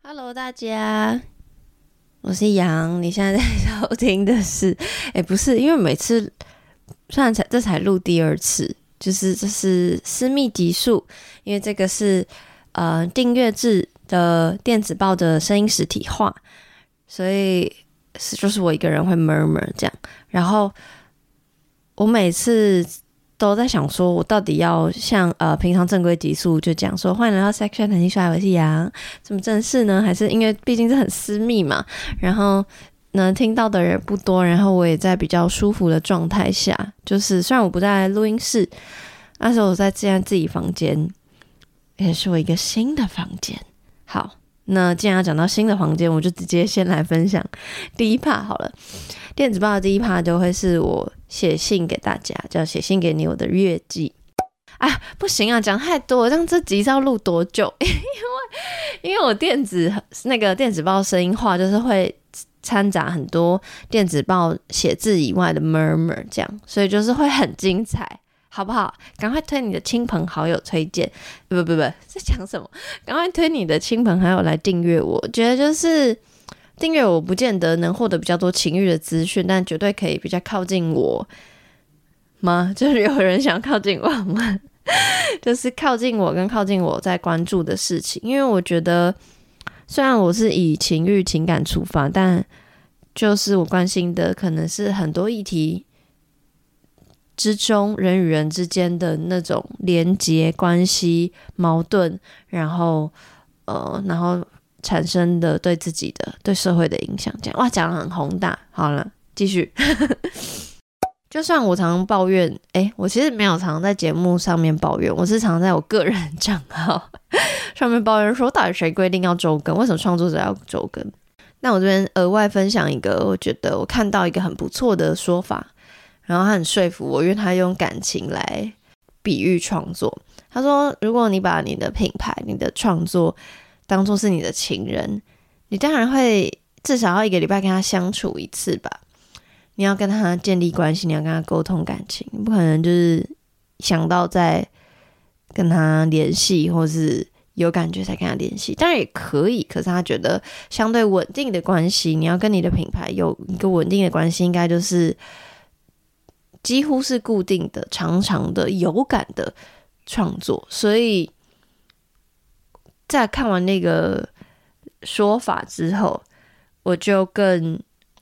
Hello， 大家，我是杨。你现在在收听的是，不是，因为每次虽然这才录第二次，就是这是私密集数，因为这个是订阅制的电子报的声音实体化，所以就是我一个人会 murmur 这样，然后我每次都在想说，我到底要像平常正规集数就讲说欢迎来到 Section 谈情说爱，我是杨，这么正式呢？还是因为毕竟是很私密嘛，然后能听到的人不多，然后我也在比较舒服的状态下，就是虽然我不在录音室，但是我在现在自己房间，也是我一个新的房间。好，那既然要讲到新的房间，我就直接先来分享第一 part 好了。电子报的第一 part 就会是我写信给大家，叫写信给你我的月记。不行啊，讲太多了，这样这集是要录多久？因为我电子报声音化就是会掺杂很多电子报写字以外的 murmur 这样，所以就是会很精彩，好不好？赶快推你的亲朋好友推荐，不，在讲什么？赶快推你的亲朋好友来订阅我，觉得就是订阅我不见得能获得比较多情欲的资讯，但绝对可以比较靠近我吗？就是有人想靠近我吗？就是靠近我跟靠近我在关注的事情，因为我觉得虽然我是以情欲情感出发，但就是我关心的可能是很多议题之中人与人之间的那种连结关系矛盾，然后产生的对自己的对社会的影响，这样哇，讲得很宏大。好了，继续。就算我常常抱怨，我其实没有常常在节目上面抱怨，我是常常在我个人账号上面抱怨说，到底谁规定要周更？为什么创作者要周更？那我这边额外分享一个，我觉得我看到一个很不错的说法，然后他很说服我，因为他用感情来比喻创作。他说，如果你把你的品牌、你的创作当作是你的情人，你当然会至少要1个礼拜跟他相处一次吧。你要跟他建立关系，你要跟他沟通感情，你不可能就是想到再跟他联系，或是有感觉才跟他联系。当然也可以，可是他觉得相对稳定的关系，你要跟你的品牌有一个稳定的关系，应该就是几乎是固定的、长长的、有感的创作。所以在看完那个说法之后，我就更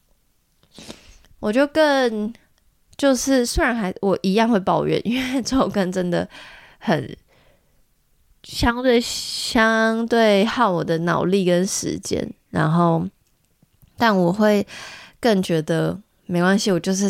就是虽然我一样会抱怨，因为周更真的很相对耗我的脑力跟时间，然后但我会更觉得没关系，我就是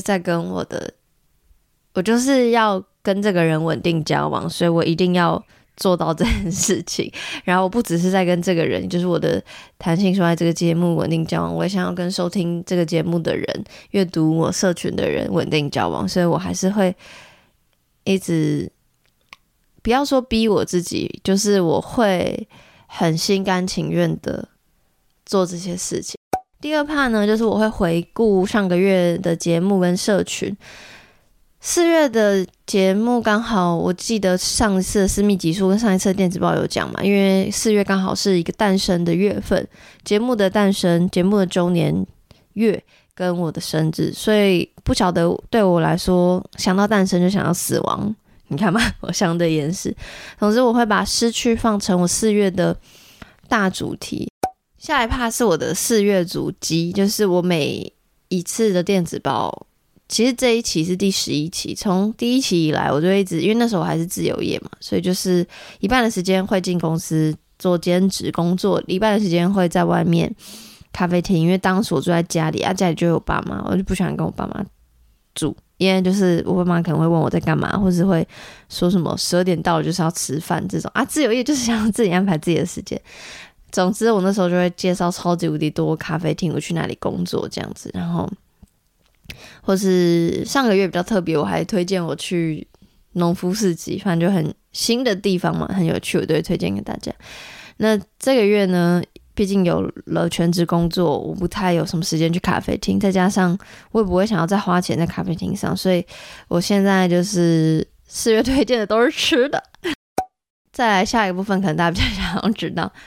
要跟这个人稳定交往，所以我一定要做到这件事情。然后我不只是在跟这个人，就是我的谈情说爱这个节目稳定交往，我也想要跟收听这个节目的人、阅读我社群的人稳定交往，所以我还是会一直不要说逼我自己，就是我会很心甘情愿的做这些事情。第二 part 呢，就是我会回顾上个月的节目跟社群。4月的节目刚好，我记得上一次的私密集数跟上一次的电子报有讲嘛，因为4月刚好是一个诞生的月份，节目的诞生、节目的周年月跟我的生日，所以不晓得对我来说，想到诞生就想到死亡，你看嘛，我相对严实。总之，我会把失去放成我4月的大主题。下一 part 是我的4月足迹，就是我每一次的电子报。其实这一期是第11期，从第1期以来我就一直，因为那时候我还是自由业嘛，所以就是一半的时间会进公司做兼职工作，一半的时间会在外面咖啡厅，因为当时我住在家里家里就有爸妈，我就不喜欢跟我爸妈住，因为就是我爸妈可能会问我在干嘛，或是会说什么12点到了就是要吃饭这种自由业就是想自己安排自己的时间。总之我那时候就会介绍超级无敌多咖啡厅，我去哪里工作这样子，然后或是上个月比较特别，我还推荐我去农夫市集，反正就很新的地方嘛，很有趣，我都会推荐给大家。那这个月呢，毕竟有了全职工作，我不太有什么时间去咖啡厅，再加上我也不会想要再花钱在咖啡厅上，所以我现在就是4月推荐的都是吃的。再来下一个部分，可能大家比较想要知道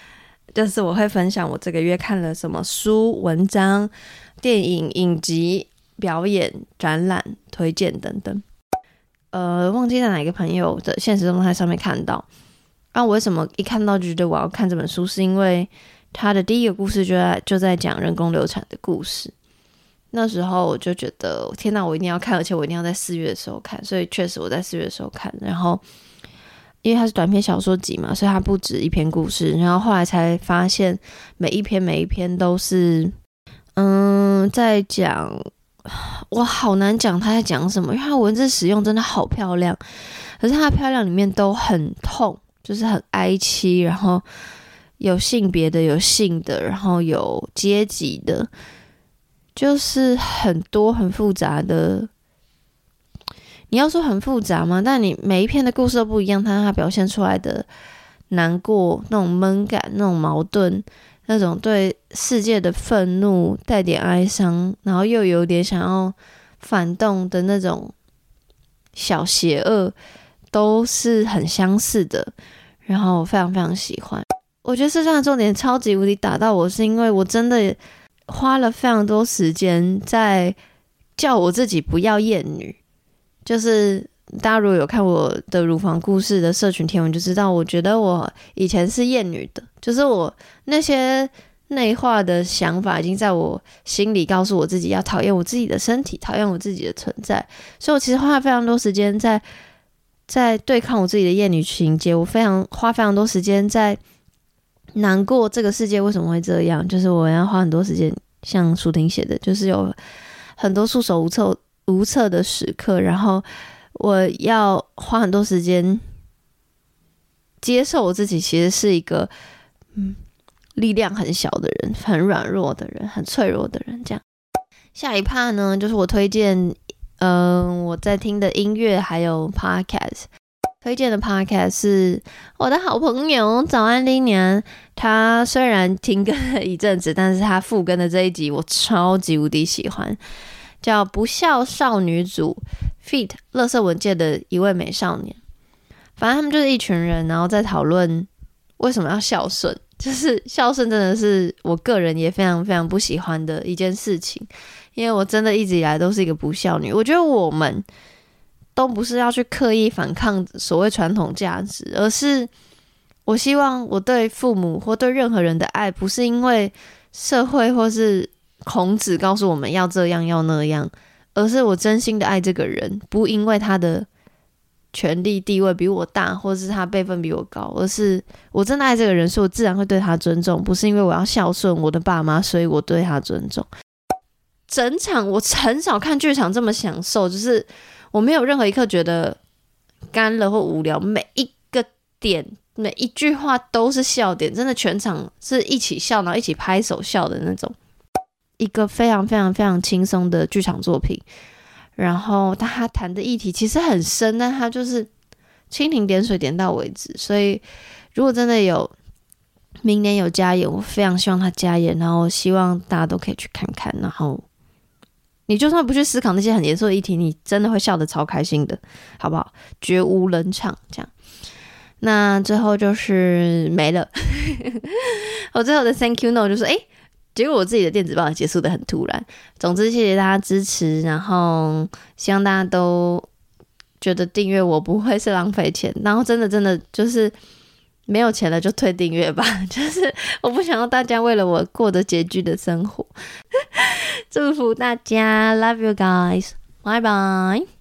就是我会分享我这个月看了什么书、文章、电影、影集、表演、展览、推荐等等。忘记在哪一个朋友的现实动态上面看到。我为什么一看到就觉得我要看这本书，是因为他的第一个故事就在讲人工流产的故事。那时候我就觉得天哪，我一定要看，而且我一定要在4月的时候看，所以确实我在4月的时候看。然后因为它是短篇小说集嘛，所以它不止一篇故事，然后后来才发现每一篇都是在讲，我好难讲他在讲什么，因为它文字使用真的好漂亮，可是它的漂亮里面都很痛，就是很哀戚，然后有性别的，有性的，然后有阶级的，就是很多很复杂的。你要说很复杂吗？但你每一篇的故事都不一样，它表现出来的难过、那种闷感、那种矛盾、那种对世界的愤怒，带点哀伤，然后又有点想要反动的那种小邪恶，都是很相似的。然后我非常非常喜欢。我觉得这章的重点超级无敌打到我，是因为我真的花了非常多时间在叫我自己不要厌女。就是大家如果有看我的乳房故事的社群贴文就知道，我觉得我以前是厌女的，就是我那些内化的想法已经在我心里告诉我自己要讨厌我自己的身体，讨厌我自己的存在，所以我其实花了非常多时间在对抗我自己的厌女情节，我花非常多时间在难过这个世界为什么会这样，就是我要花很多时间，像舒婷写的，就是有很多束手无策的时刻，然后我要花很多时间接受我自己其实是一个力量很小的人，很软弱的人，很脆弱的人。这样下一 part 呢，就是我推荐我在听的音乐还有 podcast。推荐的 podcast 是我的好朋友早安林娘，他虽然停更了一阵子，但是他复更的这一集我超级无敌喜欢，叫不孝少女组 feat. 垃圾文界的一位美少年。反正他们就是一群人，然后在讨论为什么要孝顺，就是孝顺真的是我个人也非常非常不喜欢的一件事情，因为我真的一直以来都是一个不孝女。我觉得我们都不是要去刻意反抗所谓传统价值，而是我希望我对父母或对任何人的爱不是因为社会或是孔子告诉我们要这样要那样，而是我真心的爱这个人，不因为他的权力地位比我大，或是他辈分比我高，而是我真的爱这个人，所以我自然会对他尊重，不是因为我要孝顺我的爸妈，所以我对他尊重。整场我很少看剧场这么享受，就是我没有任何一刻觉得干了或无聊，每一个点每一句话都是笑点，真的全场是一起笑，然后一起拍手笑的那种，一个非常非常非常轻松的剧场作品。然后他谈的议题其实很深，但他就是蜻蜓点水点到为止，所以如果真的有明年有加演，我非常希望他加演，然后希望大家都可以去看看，然后你就算不去思考那些很严肃的议题，你真的会笑得超开心的，好不好？绝无冷场这样。那最后就是没了我最后的 thank you note 就是结果我自己的电子报也结束得很突然。总之谢谢大家支持，然后希望大家都觉得订阅我不会是浪费钱，然后真的就是没有钱了就退订阅吧，就是我不想要大家为了我过得拮据的生活祝福大家 Love you guys， 拜拜。